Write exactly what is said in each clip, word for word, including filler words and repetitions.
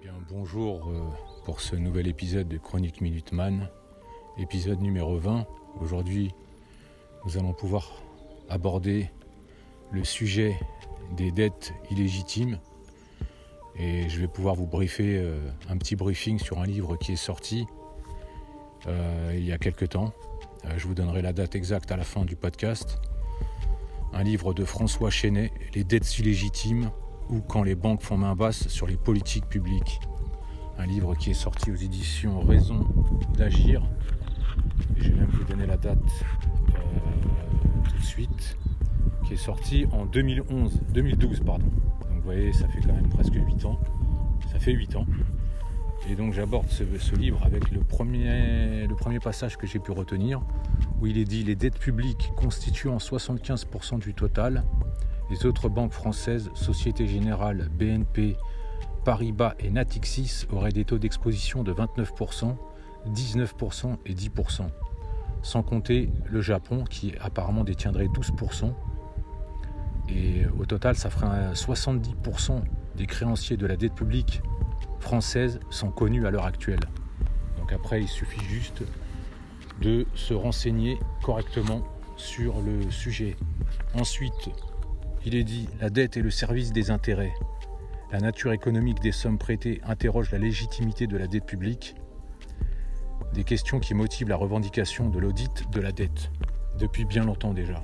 Bien, bonjour euh, pour ce nouvel épisode de Chronique Minuteman, épisode numéro vingt. Aujourd'hui, nous allons pouvoir aborder le sujet des dettes illégitimes et je vais pouvoir vous briefer euh, un petit briefing sur un livre qui est sorti euh, il y a quelques temps. Euh, je vous donnerai la date exacte à la fin du podcast. Un livre de François Chenet, Les dettes illégitimes ou quand les banques font main basse sur les politiques publiques. Un livre qui est sorti aux éditions Raison d'Agir. Je vais même vous donner la date euh, tout de suite, qui est sorti en deux mille onze, deux mille douze pardon. Donc vous voyez, ça fait quand même presque huit ans. Ça fait huit ans. Et donc j'aborde ce, ce livre avec le premier, le premier passage que j'ai pu retenir, où il est dit « Les dettes publiques constituant soixante-quinze pour cent du total, les autres banques françaises, Société Générale, B N P, Paribas et Natixis auraient des taux d'exposition de vingt-neuf pour cent, dix-neuf pour cent et dix pour cent. Sans compter le Japon qui apparemment détiendrait douze pour cent. Et au total, ça ferait soixante-dix pour cent des créanciers de la dette publique française sont connus à l'heure actuelle. Donc après, il suffit juste de se renseigner correctement sur le sujet. Ensuite, il est dit « La dette est le service des intérêts. La nature économique des sommes prêtées interroge la légitimité de la dette publique. Des questions qui motivent la revendication de l'audit de la dette, depuis bien longtemps déjà.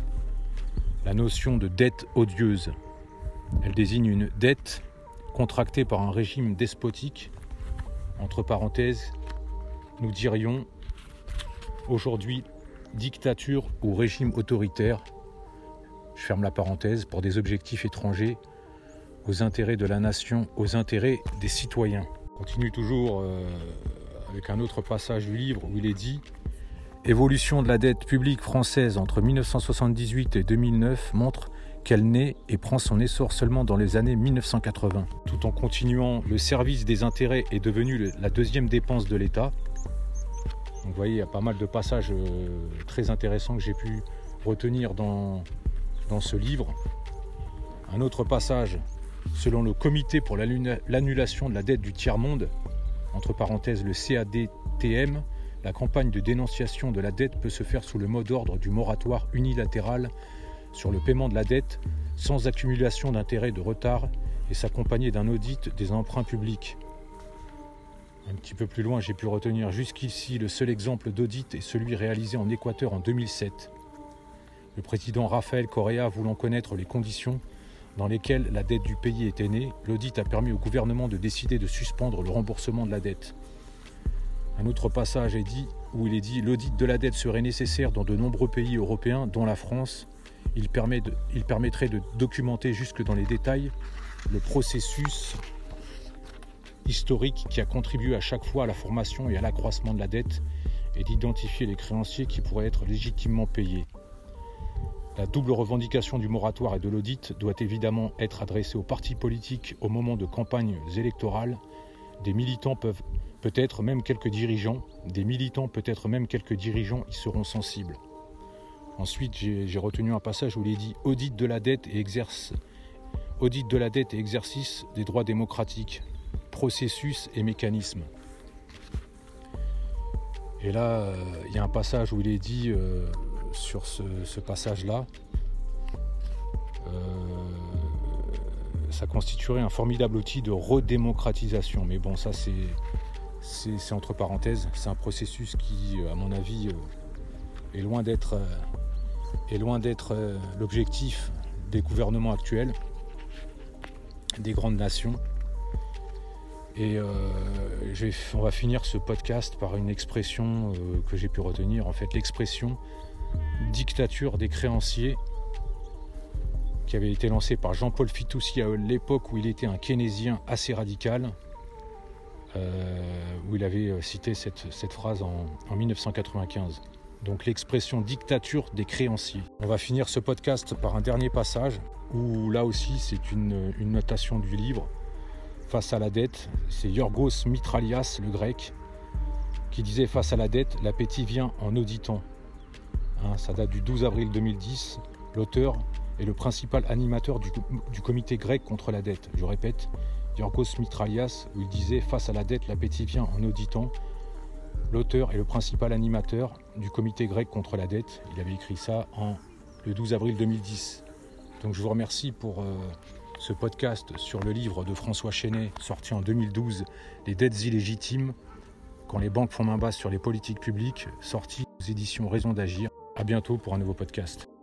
La notion de dette odieuse. Elle désigne une dette contractée par un régime despotique. Entre parenthèses, nous dirions aujourd'hui dictature ou régime autoritaire. Je ferme la parenthèse, pour des objectifs étrangers aux intérêts de la nation, aux intérêts des citoyens. On continue toujours euh, avec un autre passage du livre où il est dit « Évolution de la dette publique française entre mille neuf cent soixante-dix-huit et deux mille neuf montre qu'elle naît et prend son essor seulement dans les années mille neuf cent quatre-vingts. Tout en continuant, le service des intérêts est devenu le, la deuxième dépense de l'État. » Donc vous voyez, il y a pas mal de passages euh, très intéressants que j'ai pu retenir dans, dans ce livre. Un autre passage, selon le Comité pour l'annulation de la dette du tiers-monde, entre parenthèses le C A D T M, la campagne de dénonciation de la dette peut se faire sous le mot d'ordre du moratoire unilatéral sur le paiement de la dette, sans accumulation d'intérêts de retard et s'accompagner d'un audit des emprunts publics. Un petit peu plus loin, j'ai pu retenir jusqu'ici le seul exemple d'audit est celui réalisé en Équateur en deux mille sept. Le président Rafael Correa voulant connaître les conditions dans lesquelles la dette du pays était née, l'audit a permis au gouvernement de décider de suspendre le remboursement de la dette. Un autre passage est dit, où il est dit « L'audit de la dette serait nécessaire dans de nombreux pays européens, dont la France. Il, permet de, il permettrait de documenter jusque dans les détails le processus historique qui a contribué à chaque fois à la formation et à l'accroissement de la dette et d'identifier les créanciers qui pourraient être légitimement payés. La double revendication du moratoire et de l'audit doit évidemment être adressée aux partis politiques au moment de campagnes électorales. Des militants peuvent, peut-être même quelques dirigeants, des militants peut-être même quelques dirigeants y seront sensibles. » Ensuite, j'ai, j'ai retenu un passage où il est dit « Audit de la dette et exerce, audit de la dette et exercice des droits démocratiques, processus et mécanismes. » Et là, euh, il y a un passage où il est dit euh, sur ce, ce passage-là, euh, ça constituerait un formidable outil de redémocratisation. Mais bon, ça c'est, c'est, c'est entre parenthèses. C'est un processus qui, à mon avis, euh, est loin d'être, euh, est loin d'être euh, l'objectif des gouvernements actuels, des grandes nations. Et euh, je vais, on va finir ce podcast par une expression euh, que j'ai pu retenir. En fait, l'expression « dictature des créanciers » qui avait été lancée par Jean-Paul Fitoussi à l'époque où il était un keynésien assez radical, euh, où il avait cité cette, cette phrase en, en mille neuf cent quatre-vingt-quinze. Donc l'expression « dictature des créanciers ». On va finir ce podcast par un dernier passage où là aussi c'est une, une notation du livre. Face à la dette, c'est Yorgos Mitralias, le grec, qui disait « Face à la dette, l'appétit vient en auditant ». Hein, ça date du douze avril deux mille dix. L'auteur est le principal animateur du, du comité grec contre la dette. Je répète, d'Yorgos Mitralias, où il disait « Face à la dette, l'appétit vient en auditant ». L'auteur est le principal animateur du comité grec contre la dette. Il avait écrit ça en, le douze avril deux mille dix. Donc je vous remercie pour euh, ce podcast sur le livre de François Chenet, sorti en deux mille douze, « Les dettes illégitimes, quand les banques font main basse sur les politiques publiques », sorti aux éditions Raison d'agir. À bientôt pour un nouveau podcast.